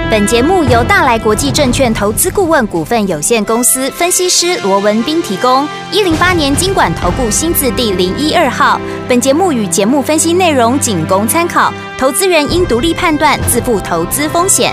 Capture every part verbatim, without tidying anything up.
本节目由大来国际证券投资顾问股份有限公司分析师罗文彬提供。一零八年金管投顾新字第零一二号。本节目与节目分析内容仅供参考，投资人应独立判断，自负投资风险。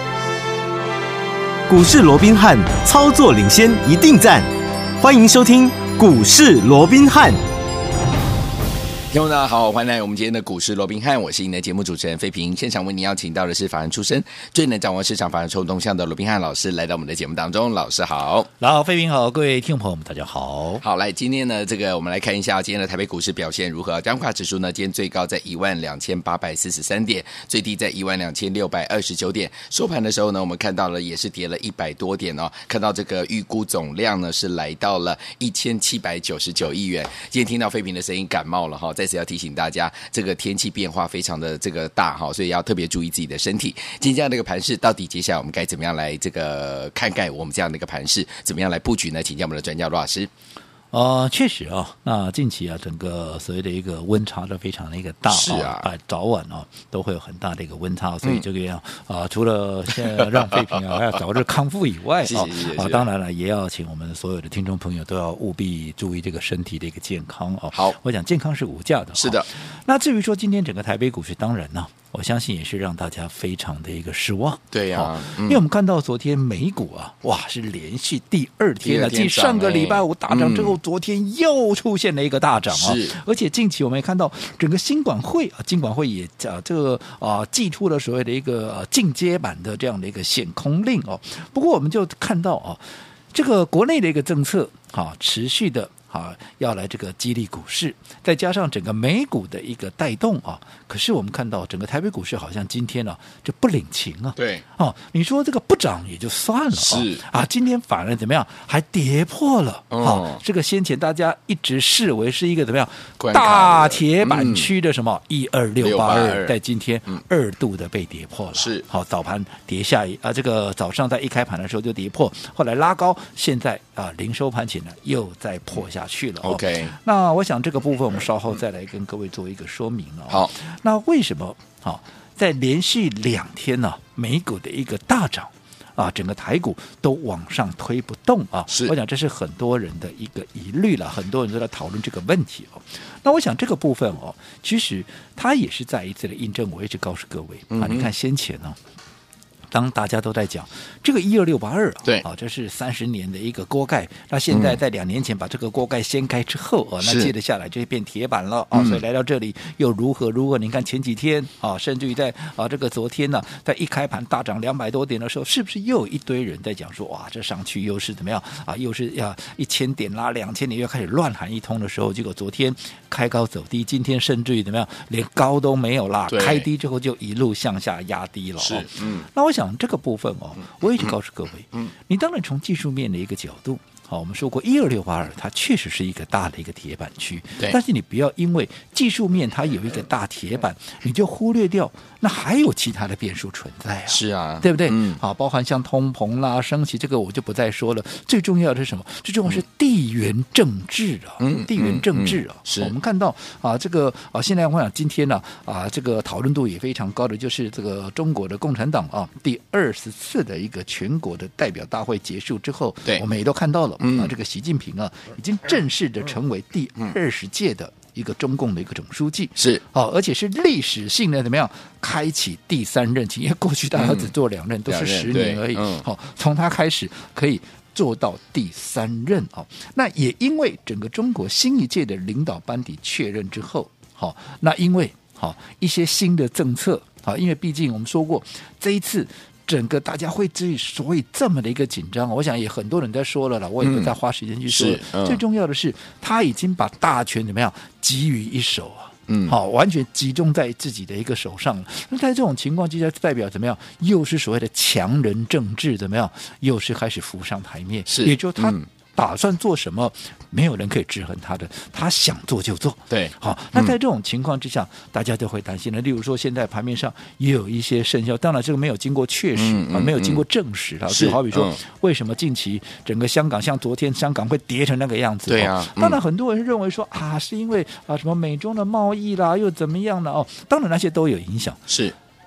股市罗宾汉，操作领先一定赞。欢迎收听股市罗宾汉。 听众大家好，欢迎来我们今天的股市罗宾汉，我是您的节目主持人费平。现场为您邀请到的是法人出身、最能掌握市场法人冲动向的罗宾汉老师，来到我们的节目当中。老师好。 老费平好，各位听众朋友们大家好。 好，来今天呢，这个我们来看一下今天的台北股市表现如何。加权指数呢，今天最高在一万两千八百四十三点，最低在一万两千六百二十九点。收盘的时候呢，我们看到了也是跌了一百多点哦。看到这个预估总量呢是来到了一千七百九十九亿元。今天听到费平的声音感冒了哈，再次要提醒大家，这个天气变化非常的这个大哈，所以要特别注意自己的身体。今天这样的一个盘势，到底接下来我们该怎么样来这个看待我们这样的一个盘势，怎么样来布局呢？请教我们的专家罗老师。 呃，确实啊、哦，那近期啊，整个所谓的一个温差都非常的一个大， 是啊， 啊早晚啊都会有很大的一个温差，所以这个要啊、呃，除了现在让废品啊要早日康复以外啊，啊，当然了，也要请我们所有的听众朋友都要务必注意这个身体的一个健康哦。 好， 我讲健康是无价的， 是的。 哦、那至于说今天整个台北股市，当然呢。我相信也是让大家非常的一个失望。 对呀、啊嗯，因为我们看到昨天美股啊，哇，是连续第二天了，继上个礼拜五大涨之后、嗯，昨天又出现了一个大涨啊。 是， 而且近期我们也看到整个金管会啊，金管会也啊这个啊寄出了所谓的一个、啊、进阶版的这样的一个限空令哦。不过我们就看到啊，这个国内的一个政策啊，持续的。啊，要来这个激励股市，再加上整个美股的一个带动啊，可是我们看到整个台北股市好像今天呢、啊、就不领情啊。 对， 哦，你说这个不涨也就算了， 是啊，今天反而怎么样，还跌破了。 哦， 哦这个先前大家一直视为是一个怎么样大铁板区的什么一二六八二，在今天二度的被跌破了。 是， 好、哦，早盘跌下啊，这个早上在一开盘的时候就跌破，后来拉高，现在啊临收盘前呢又再破下。下去了、哦、 OK， 那我想这个部分我们稍后再来跟各位做一个说明了、哦。 好， 那为什么好、哦、在连续两天呢、啊，美股的一个大涨啊，整个台股都往上推不动啊？ 是，我想这是很多人的一个疑虑了，很多人都在讨论这个问题哦。那我想这个部分哦，其实它也是再一次的印证，我一直告诉各位、嗯、啊，你看先前呢、哦。当大家都在讲这个一二六八二， 对啊，这是三十年的一个锅盖。那现在在两年前把这个锅盖掀开之后，啊，那接着下来就会变铁板了啊。所以来到这里又如何如何？你看前几天啊，甚至于在啊这个昨天呢、啊，在一开盘大涨两百多点的时候，是不是又有一堆人在讲说，哇，这上去又是怎么样啊？又是要一千点啦，两千点又开始乱喊一通的时候，结果昨天开高走低，今天甚至于怎么样，连高都没有啦，开低之后就一路向下压低了、哦。 是，嗯， 那我想。这个部分哦，我一直告诉各位，嗯，你当然从技术面的一个角度，好，我们说过一二六八二，它确实是一个大的一个铁板区，但是你不要因为技术面它有一个大铁板，你就忽略掉那还有其他的变数存在啊， 是啊， 对不对？ 嗯， 好，包含像通膨啦、升息，这个我就不再说了。最重要的是什么？最重要的是地缘政治啊， 嗯， 地缘政治啊， 嗯嗯、是我们看到啊，这个啊，现在我想今天呢啊，这个讨论度也非常高的，就是这个中国的共产党啊，第二十次的一个全国的代表大会结束之后， 对， 我们也都看到了、 嗯、 啊，这个习近平啊，已经正式的成为第二十届的。一个中共的一个总书记是哦，而且是历史性的怎么样开启第三任期？因为过去大家只做两任，嗯、都是十年而已。好、嗯哦，从他开始可以做到第三任哦。那也因为整个中国新一届的领导班底确认之后，好、哦，那因为好、哦、一些新的政策，好、哦，因为毕竟我们说过这一次。整个大家会之所以这么的一个紧张，我想也很多人在说了啦，我也不再花时间去说、嗯嗯。最重要的是，他已经把大权怎么样集于一手啊，嗯，好，完全集中在自己的一个手上。那在这种情况之下，代表怎么样？又是所谓的强人政治怎么样？又是开始浮上台面， 是， 也就他。嗯打算做什么，没有人可以制衡他的，他想做就做。 对， 好，那在这种情况之下，嗯、大家都会担心了。例如说，现在盘面上也有一些生肖，当然这个没有经过确实、 嗯嗯、 啊，没有经过证实了。就好比说、嗯，为什么近期整个香港像昨天香港会跌成那个样子？ 对啊， 当然很多人认为说啊，是因为啊什么美中的贸易啦，又怎么样了哦？当然那些都有影响。 是。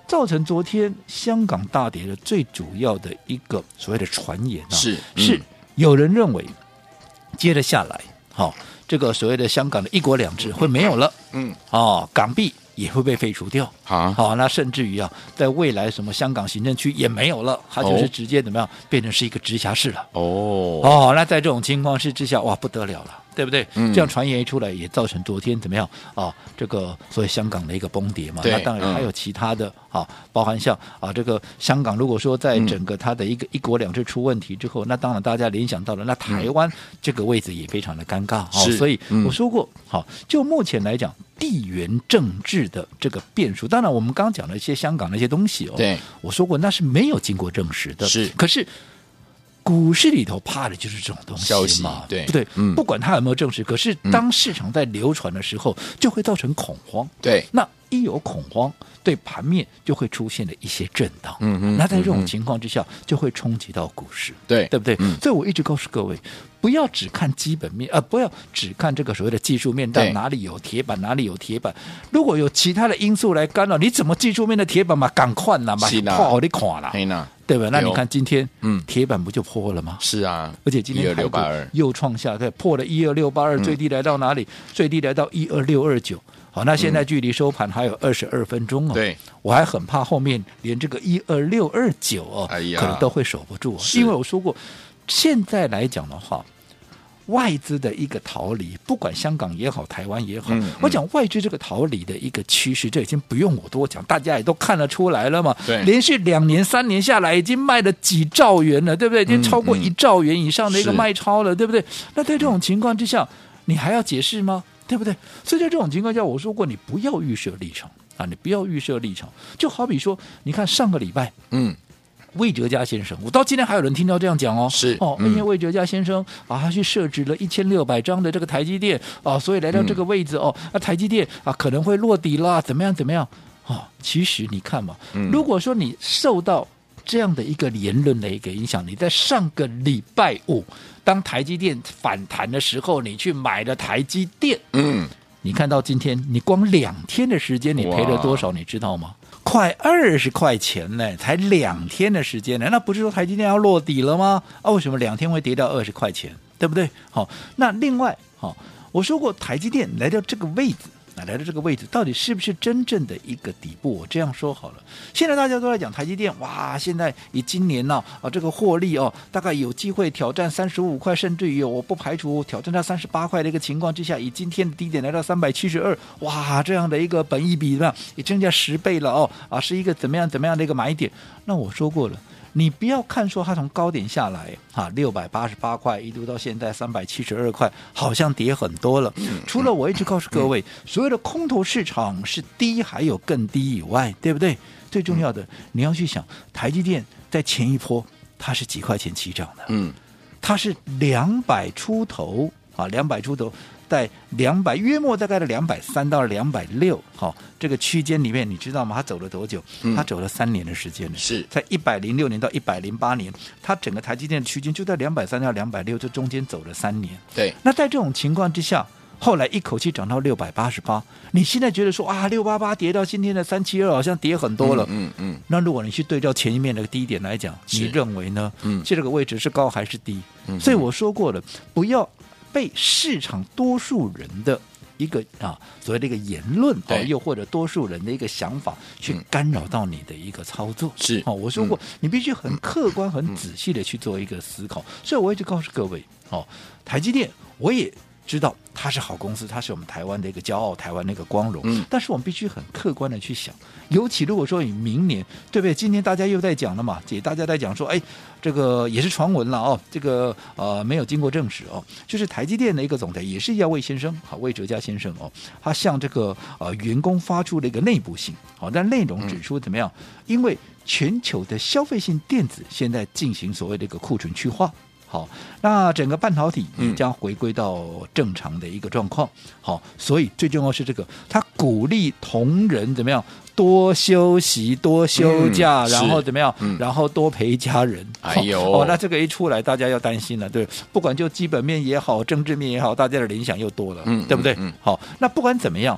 造成昨天香港大跌的最主要的一个所谓的传言啊， 是、嗯、 是有人认为接着下来，好、哦，这个所谓的香港的一国两制会没有了， 嗯， 哦，港币也会被废除掉， 好， 好，那甚至于啊，在未来什么香港行政区也没有了，它就是直接怎么样、哦、变成是一个直辖市了， 哦， 哦，那在这种情况之下，哇，不得了了。对不对、嗯？这样传言一出来，也造成昨天怎么样啊？这个所谓香港的一个崩跌嘛。那当然还有其他的、嗯、啊，包含像啊这个香港，如果说在整个它的一个一国两制出问题之后，嗯、那当然大家联想到了，那台湾这个位置也非常的尴尬。 是、 哦，所以我说过，好、嗯，就目前来讲，地缘政治的这个变数，当然我们刚刚讲了一些香港的一些东西哦， 对， 我说过那是没有经过证实的。 是， 可是。股市里头怕的就是这种东西嘛， 对不对、 嗯？ 不管它有没有证实，可是当市场在流传的时候，就会造成恐慌。 对， 那一有恐慌，对盘面就会出现了一些震荡。 嗯嗯， 那在这种情况之下，嗯、就会冲击到股市。 对， 对不对、 嗯？ 所以我一直告诉各位，不要只看基本面，呃，不要只看这个所谓的技术面，到哪里有铁板，哪里有铁板。如果有其他的因素来干扰，你怎么技术面的铁板嘛，赶快啦嘛，破你看啦。对吧？那你看今天，嗯，铁板不就破了吗？ 是啊， 而且今天台股又创下，对，破了一二六八二，最低来到哪里？嗯、最低来到一二六二九。好，那现在距离收盘还有二十二分钟哦。 对， 我还很怕后面连这个一二六二九哦， 哎呀， 可能都会守不住、哦，因为我说过，现在来讲的话。外资的一个逃离，不管香港也好，台湾也好，嗯嗯、我讲外资这个逃离的一个趋势，这已经不用我多讲，大家也都看得出来了嘛。 对， 连续两年、三年下来，已经卖了几兆元了，对不对？已经超过一兆元以上的一个卖超了，嗯嗯、对不对？那在这种情况之下，你还要解释吗？对不对？所以在这种情况下，我说过，你不要预设立场啊，你不要预设立场。就好比说，你看上个礼拜，嗯。魏哲家先生，我到今天还有人听到这样讲哦， 是哦，因为魏哲家先生啊，他去设置了一千六百张的这个台积电啊，所以来到这个位置、嗯、哦，那台积电啊可能会落底啦，怎么样怎么样哦？其实你看嘛、嗯，如果说你受到这样的一个言论的一个影响，你在上个礼拜五当台积电反弹的时候，你去买了台积电，嗯，你看到今天，你光两天的时间，你赔了多少？你知道吗？快二十块钱呢，才两天的时间呢，那不是说台积电要落底了吗？啊，为什么两天会跌到二十块钱？对不对？好，那另外，好，我说过台积电来到这个位置。那来到这个位置，到底是不是真正的一个底部？我这样说好了，现在大家都在讲台积电，哇，现在以今年呢、啊，啊这个获利哦，大概有机会挑战三十五块，甚至于我不排除挑战到三十八块的一个情况之下，以今天的低点来到三百七十二，哇，这样的一个本益比呢，也增加十倍了哦，啊，是一个怎么样怎么样的一个买点？那我说过了。你不要看说它从高点下来哈，六百八十八块一路到现在三百七十二块，好像跌很多了。除了我一直告诉各位，所有的空头市场是低还有更低以外，对不对？最重要的，你要去想，台积电在前一波它是几块钱起涨的，嗯，它是两百出头啊，两百出头。在两百约莫大概的两百三到两百六，好，这个区间里面，你知道吗？它走了多久？嗯、它走了三年的时间了。 是在一百零六年到一百零八年，它整个台积电的区间就在两百三到两百六，这中间走了三年。 对。 那在这种情况之下，后来一口气涨到六百八十八，你现在觉得说啊，六百八十八跌到今天的三百七十二，好像跌很多了。嗯 嗯, 嗯。那如果你去对照前一面的低点来讲，你认为呢？嗯。这个位置是高还是低？嗯。所以我说过了，不要被市场多数人的一个啊所谓的一个言论啊，又或者多数人的一个想法去干扰到你的一个操作。 是哦，我说过、嗯，你必须很客观、很仔细的去做一个思考。所以我一直告诉各位，哦，台积电我也知道它是好公司，它是我们台湾的一个骄傲，台湾的一个光荣。嗯，但是我们必须很客观的去想，尤其如果说你明年，对不对？今天大家又在讲了嘛，也大家在讲说，哎，这个也是传闻了哦，这个呃没有经过证实哦，就是台积电的一个总裁也是要魏先生，好，魏哲家先生哦，他向这个呃员工发出了一个内部信，好，但内容指出怎么样？嗯、因为全球的消费性电子现在进行所谓的一个库存去化。好，那整个半导体也将回归到正常的一个状况。好，所以最重要是这个，他鼓励同仁怎么样多休息、多休假，嗯、然后怎么样、嗯，然后多陪家人。 哎呦， 哦，那这个一出来，大家要担心了，对，不管就基本面也好，政治面也好，大家的联想又多了，嗯、对不对？嗯嗯、好，那不管怎么样。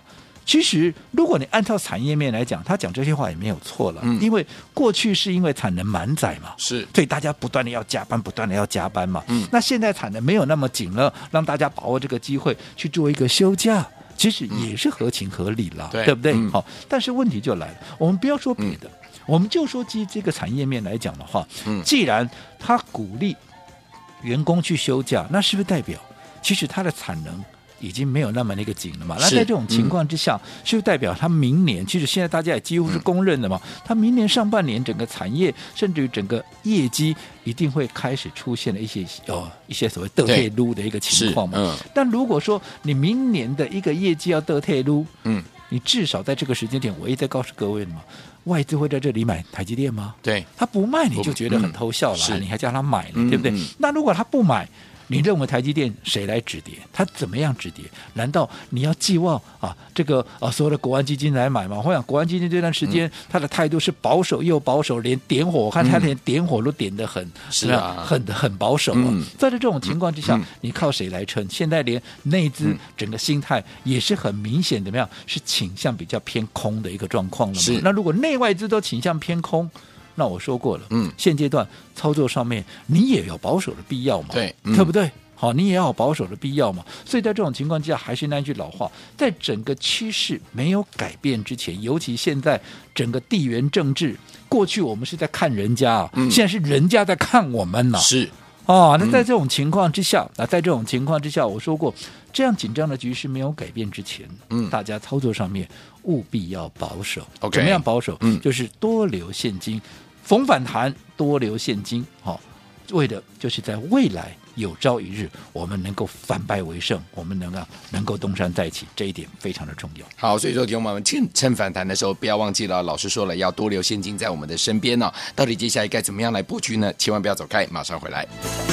其实如果你按照产业面来讲，他讲这些话也没有错了，嗯、因为过去是因为产能满载嘛， 是， 所以大家不断的要加班，不断的要加班嘛。嗯、那现在产能没有那么紧了，让大家把握这个机会去做一个休假，其实也是合情合理了，嗯、对不对？好、嗯，但是问题就来了，我们不要说别的，嗯、我们就说基这个产业面来讲的话，嗯、既然他鼓励员工去休假，那是不是代表其实他的产能已经没有那么那个紧了嘛？那在这种情况之下，嗯、是不是代表他明年？其实现在大家也几乎是公认的嘛，嗯、他明年上半年整个产业甚至于整个业绩一定会开始出现了一些哦一些所谓得退路的一个情况嘛。嗯、但如果说你明年的一个业绩要得退路，嗯，你至少在这个时间点，我一再告诉各位嘛，外资会在这里买台积电吗？ 对， 他不卖你就觉得很偷笑了，嗯、你还叫他买呢，嗯、对不对？嗯、那如果他不买，你认为台积电谁来止跌？他怎么样止跌？难道你要寄望啊这个啊所有的国安基金来买吗？我想国安基金这段时间、嗯、他的态度是保守又保守，连点火我看他连点火都点得很、嗯、是啊很很保守、啊嗯、在这种情况之下、嗯、你靠谁来撑？现在连内资整个心态也是很明显怎么样？是倾向比较偏空的一个状况了嘛？那如果内外资都倾向偏空，那我说过了，嗯，现阶段操作上面你也有保守的必要嘛， 对，嗯、 对不对？好，你也要有保守的必要嘛。所以在这种情况之下，还是那句老话，在整个趋势没有改变之前，尤其现在整个地缘政治，过去我们是在看人家啊，嗯、现在是人家在看我们了、啊， 是。 哦，那在这种情况之下，啊、嗯，在这种情况之下，我说过，这样紧张的局势没有改变之前，嗯，大家操作上面务必要保守。 Okay, 怎么样保守？ 嗯， 就是多留现金。逢反弹多留现金，好、哦，为的就是在未来有朝一日我们能够反败为胜，我们能够能够东山再起，这一点非常的重要。 好，所以说听众朋友们趁趁反弹的时候，不要忘记了，老师说了要多留现金在我们的身边哦。到底接下来该怎么样来布局呢？千万不要走开，马上回来。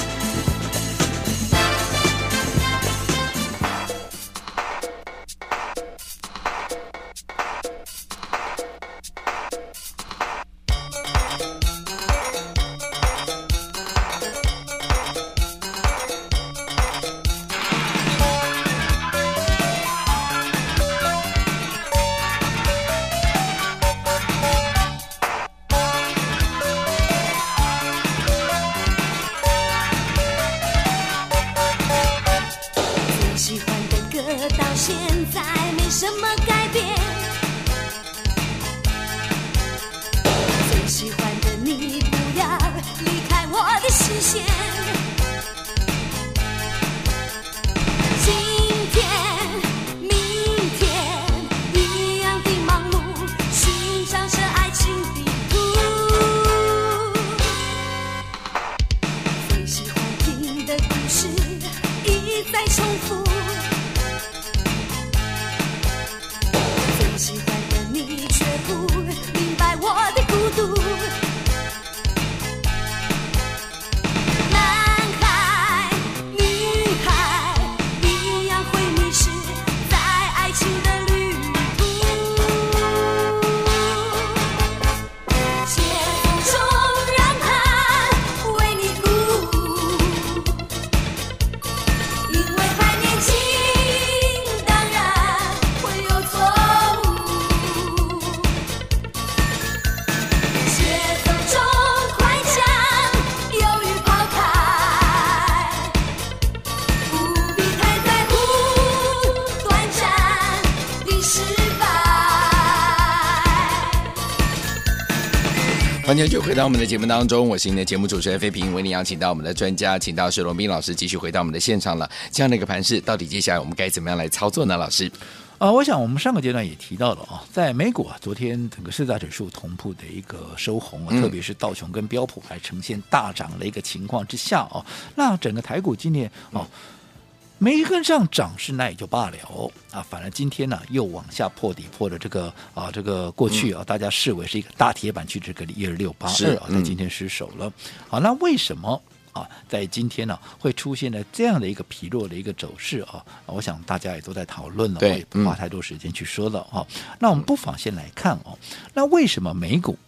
欢迎就回到我们的节目当中，我是您的节目主持人飞平，为您邀请到我们的专家，请到是罗宾老师继续回到我们的现场了。这样的一个盘势，到底接下来我们该怎么样来操作呢？老师， 啊、呃，我想我们上个阶段也提到了啊，在美股啊，昨天整个四大指数同步的一个收红啊，嗯、特别是道琼跟标普还呈现大涨的一个情况之下啊，那整个台股今年啊。嗯没跟上涨势那也就罢了啊，反而今天呢、啊、又往下破底破的这个啊这个过去啊、嗯、大家视为是一个大铁板去这个一二六八二啊，在今天失守了。好，那为什么啊在今天呢、啊、会出现了这样的一个疲弱的一个走势啊？我想大家也都在讨论了，我也不花太多时间去说了啊。那我们不妨先来看哦，那为什么美股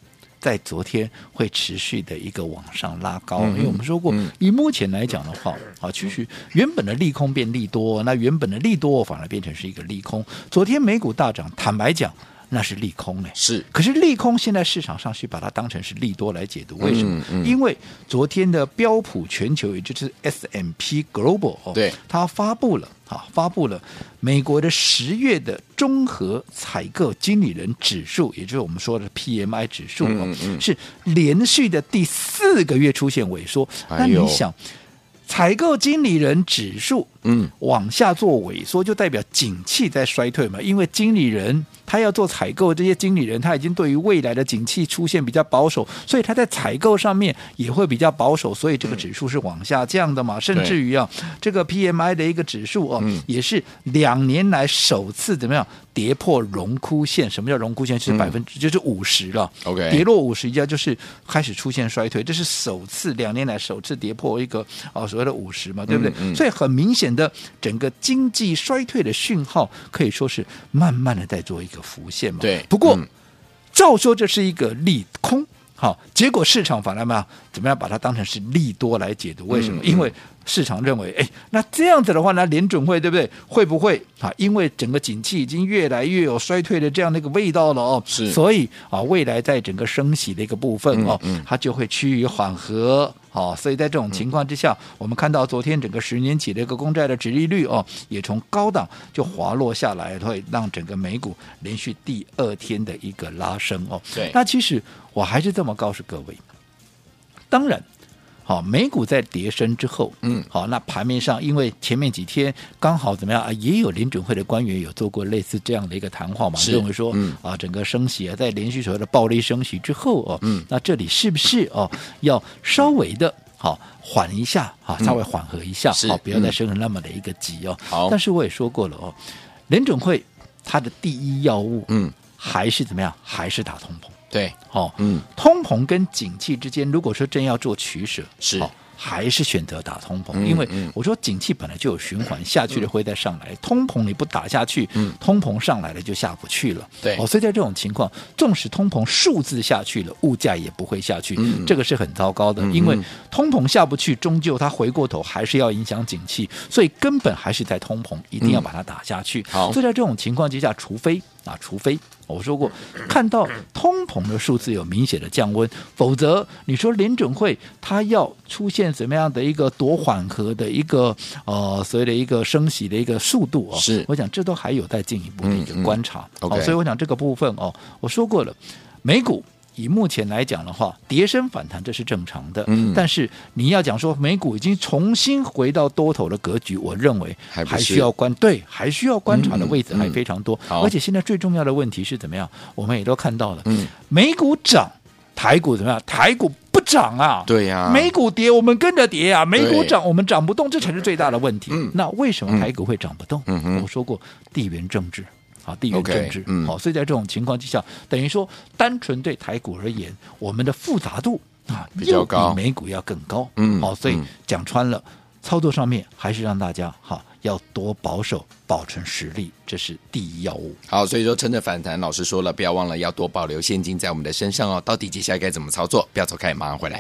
在昨天会持续的一个往上拉高， 嗯、 因为我们说过，嗯、以目前来讲的话，啊，其实原本的利空变利多，那原本的利多反而变成是一个利空。昨天美股大涨，坦白讲。那是利空呢， 是。 可是利空现在市场上去把它当成是利多来解读，为什么？嗯嗯、因为昨天的标普全球，也就是 S and P Global 哦， 对， 它发布了啊，发布了美国的十月的综合采购经理人指数，也就是我们说的 P M I 指数、哦嗯嗯、 是连续的第四个月出现萎缩。 哎、 那你想？采购经理人指数嗯往下做萎缩，就代表景气在衰退嘛？因为经理人他要做采购，这些经理人他已经对于未来的景气出现比较保守，所以他在采购上面也会比较保守，所以这个指数是往下降的嘛？嗯、甚至于啊，这个 P M I 的一个指数哦，嗯、也是两年来首次怎么样跌破荣枯线？什么叫荣枯线？就是百分之就是五十了。 OK， 跌落五十以下就是开始出现衰退，这是首次两年来首次跌破一个啊。所谓的五十嘛，对不对？嗯嗯、所以很明显的，整个经济衰退的讯号可以说是慢慢的在做一个浮现嘛。 对， 不过、嗯、照说这是一个利空，好，结果市场反而嘛，怎么样把它当成是利多来解读？为什么？嗯、因为市场认为，哎，那这样子的话呢，联准会对不对？会不会啊？因为整个景气已经越来越有衰退的这样的一个味道了哦， 是， 所以啊，未来在整个升息的一个部分哦， 嗯嗯、 它就会趋于缓和。哦，所以在这种情况之下，嗯、我们看到昨天整个十年期的一个公债的殖利率哦，也从高档就滑落下来，会让整个美股连续第二天的一个拉升哦。 对， 那其实我还是这么告诉各位，当然。好，美股在跌升之后，嗯，好，那盘面上，因为前面几天刚好怎么样啊，也有联准会的官员有做过类似这样的一个谈话嘛，认为说，嗯、啊，整个升息啊，在连续所谓的暴力升息之后哦，嗯，那这里是不是哦，要稍微的好缓一下啊，稍微缓和一下，好、嗯，不要再升得那么的一个急哦。好，但是我也说过了哦，联准会它的第一要务，嗯，还是怎么样，还是打通膨。 对， 哦，嗯，通膨跟景气之间，如果说真要做取舍，是、哦、还是选择打通膨，嗯、因为我说景气本来就有循环，下去了会再上来，嗯、通膨你不打下去，嗯、通膨上来了就下不去了，对，哦，所以在这种情况，纵使通膨数字下去了，物价也不会下去，嗯、这个是很糟糕的，嗯、因为通膨下不去，终究它回过头还是要影响景气，所以根本还是在通膨，一定要把它打下去。嗯、好，所以在这种情况之下，除非啊，除非。我说过，看到通膨的数字有明显的降温，否则你说联准会它要出现怎么样的一个多缓和的一个呃所谓的一个升息的一个速度哦，是，我想这都还有待进一步的一个观察。嗯嗯哦、所以我想这个部分哦，我说过了，美股。以目前来讲的话，跌升反弹这是正常的，嗯、但是你要讲说美股已经重新回到多头的格局，我认为还需要观对，还需要观察的位置还非常多。嗯嗯、而且现在最重要的问题是怎么样？我们也都看到了，嗯、美股涨，台股怎么样？台股不涨啊， 对呀、啊， 美股跌，我们跟着跌啊，美股涨，我们涨不动，这才是最大的问题。嗯、那为什么台股会涨不动？嗯、我说过，地缘政治。好，地缘政治， okay, 嗯、好，所以在这种情况之下，等于说，单纯对台股而言，我们的复杂度啊， 比较高， 比美股要更高，嗯，好，所以讲穿了，操作上面还是让大家哈要多保守，保存实力，这是第一要务。 好，所以说趁着反弹，老师说了，不要忘了要多保留现金在我们的身上哦。到底接下来该怎么操作？不要走开，马上回来。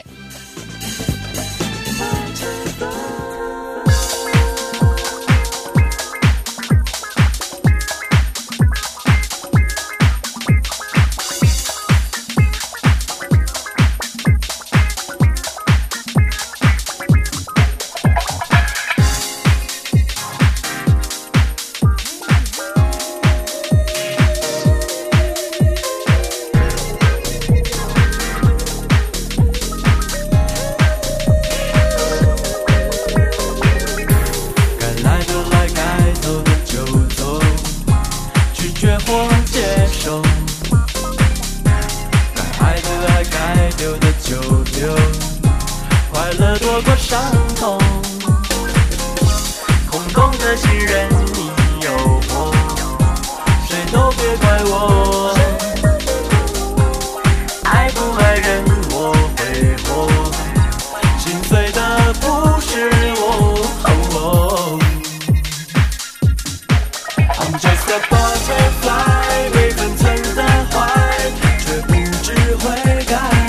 butterfly 被分层的怀，却不知悔改。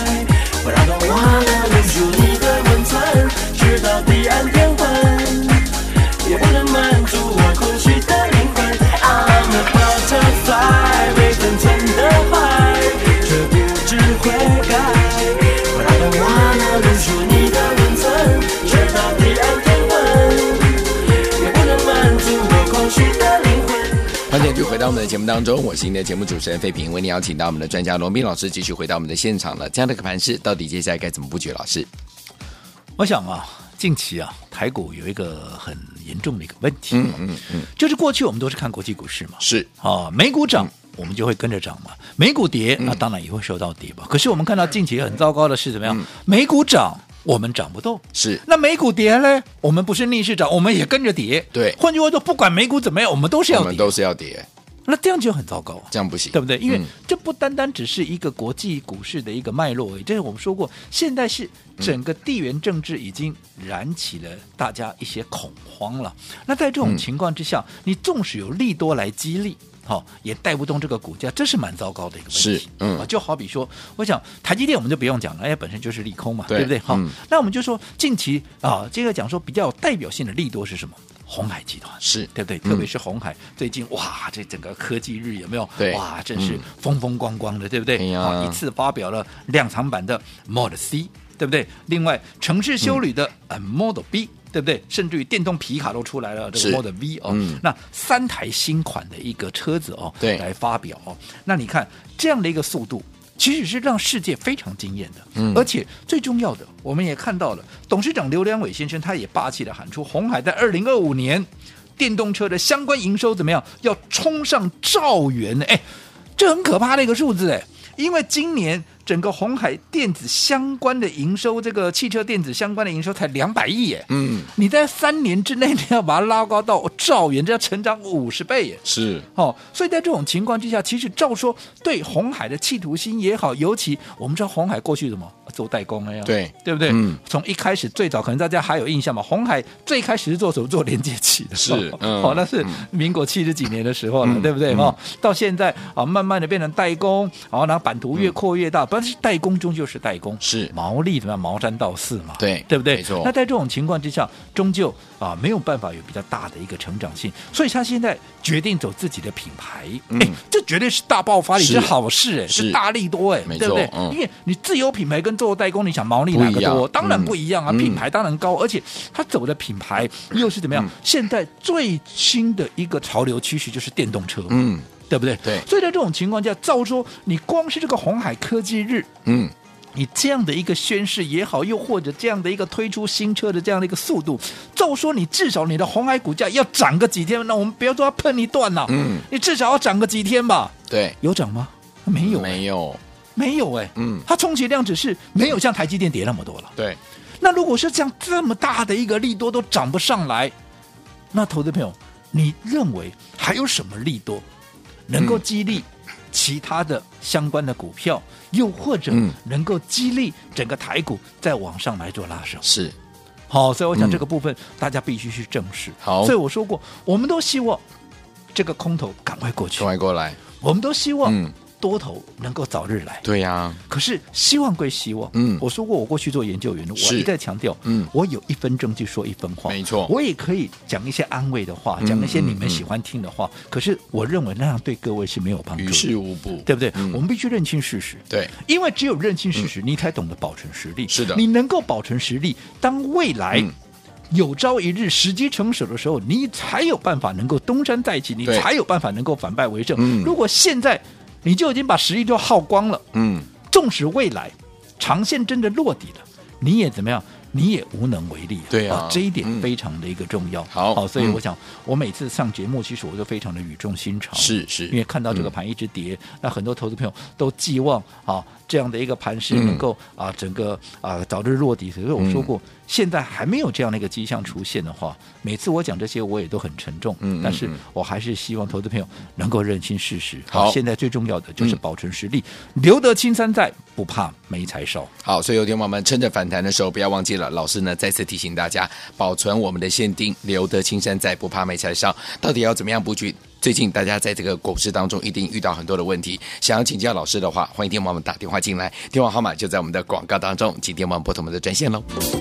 的节目当中，我是您的节目主持人费平，为您邀请到我们的专家罗斌老师继续回到我们的现场了。这样的一个盘势，到底接下来该怎么布局？老师， 我想啊，近期啊，台股有一个很严重的一个问题， 嗯嗯嗯， 就是过去我们都是看国际股市嘛， 是啊，美股涨。嗯我们就会跟着涨嘛，美股跌，那当然也会受到跌吧。嗯、可是我们看到近期很糟糕的是怎么样？嗯、美股涨，我们涨不动； 是那美股跌呢，我们不是逆势涨，我们也跟着跌。 对， 换句话说，不管美股怎么样，我们都是要跌， 我们都是要跌。 那这样就很糟糕、啊， 这样不行， 对不对？因为嗯、 这不单单只是一个国际股市的一个脉络而已，这是我们说过，现在是整个地缘政治已经燃起了大家一些恐慌了。那在这种情况之下，嗯、你纵使有利多来激励。好、哦，也带不动这个股价，这是蛮糟糕的一个问题。 是，嗯， 就好比说，我想台积电我们就不用讲了，因为本身就是利空嘛， 对, 对不对？好、 嗯， 那我们就说近期啊，这个讲说比较有代表性的利多是什么？鸿海集团是对不对？ 嗯、 特别是鸿海最近哇，这整个科技日有没有？ 对， 哇，真是风风光光的，对不对？ 哎呀、 啊，一次发表了量产版的 Model C， 对不对？另外城市休旅的、嗯、Model B。对不对？甚至于电动皮卡都出来了，这个 Model V 哦、嗯，那三台新款的一个车子哦， 对， 来发表哦。那你看这样的一个速度，其实是让世界非常惊艳的。 嗯， 而且最重要的，我们也看到了，董事长刘良伟先生他也霸气的喊出，鸿海在二零二五年电动车的相关营收怎么样，要冲上兆元呢？哎，这很可怕的一个数字哎，因为今年。整个鸿海电子相关的营收，这个汽车电子相关的营收才两百亿耶， 嗯， 你在三年之内你要把它拉高到兆元，这要成长五十倍耶， 是哦，所以在这种情况之下，其实照说对鸿海的企图心也好，尤其我们知道鸿海过去什么做代工呀， 对对不对？ 嗯， 从一开始最早可能大家还有印象嘛，鸿海最开始是做什么？做连接器的， 是，嗯、 哦，那是民国七十几年的时候了，嗯、对不对？哦、嗯，到现在啊，慢慢的变成代工，然后然后版图越扩越大，但是代工中。就是代工， 是毛利怎么样？毛三到四嘛， 对对不对？ 没错。 那在这种情况之下，终究啊没有办法有比较大的一个成长性，所以他现在决定走自己的品牌，哎、嗯，这绝对是大爆发力，是好事哎，是大利多哎，对不对？嗯、因为你自有品牌跟做代工，你想毛利哪个多？当然不一样啊，嗯、品牌当然高，而且他走的品牌又是怎么样？嗯、现在最新的一个潮流趋势就是电动车，嗯。对不对？ 对， 所以在这种情况下，照说你光是这个鸿海科技日，嗯，你这样的一个宣示也好，又或者这样的一个推出新车的这样的一个速度，照说你至少你的鸿海股价要涨个几天，那我们不要说它碰一段了，嗯，你至少要涨个几天吧？ 对， 有涨吗？没有、欸， 没有， 没有哎、欸，嗯，它充其量只是没有像台积电跌那么多了。 对， 那如果是这样这么大的一个利多都涨不上来，那投资朋友，你认为还有什么利多？能够激励其他的相关的股票，嗯、又或者能够激励整个台股再往上来做拉升， 是好，所以我想这个部分大家必须去正视。 好， 所以我说过，我们都希望这个空头赶快过去， 赶快过来， 我们都希望多头能够早日来。 对呀、啊， 可是希望归希望，嗯，我说过，我过去做研究员，我一再强调，嗯，我有一分证据说一分话， 没错， 我也可以讲一些安慰的话，讲一些你们喜欢听的话，嗯嗯嗯、可是我认为那样对各位是没有帮助的， 于事无补， 对不对？ 嗯、 我们必须认清事实， 对， 因为只有认清事实，嗯、你才懂得保存实力。 是的， 你能够保存实力，当未来。嗯有朝一日时机成熟的时候，你才有办法能够东山再起，你才有办法能够反败为胜。嗯、如果现在你就已经把实力都耗光了，嗯，纵使未来长线真的落底了，你也怎么样？你也无能为力、啊。 对啊， 啊这一点非常的一个重要。 嗯、好， 好，所以我想，嗯、我每次上节目，其实我都非常的语重心长。 是是， 因为看到这个盘一直跌，嗯、那很多投资朋友都寄望啊这样的一个盘势能够、嗯、啊整个啊早日落底。所以我说过。嗯现在还没有这样的一个迹象出现的话，每次我讲这些我也都很沉重，嗯嗯嗯但是我还是希望投资朋友能够认清事实。 好， 现在最重要的就是保存实力，嗯、留得青山在，不怕没柴烧。 好，所以有天我们趁着反弹的时候，不要忘记了，老师呢再次提醒大家，保存我们的现金，留得青山在，不怕没柴烧。到底要怎么样布局？最近大家在这个股市当中一定遇到很多的问题，想要请教老师的话，欢迎电话我们打电话进来，电话号码就在我们的广告当中，请电话拨通我们的专线喽。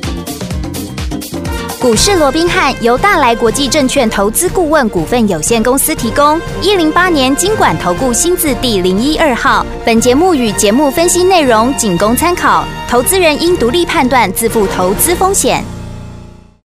股市罗宾汉由大来国际证券投资顾问股份有限公司提供，一零八年金管投顾新字第零一二号。本节目与节目分析内容仅供参考，投资人应独立判断，自负投资风险。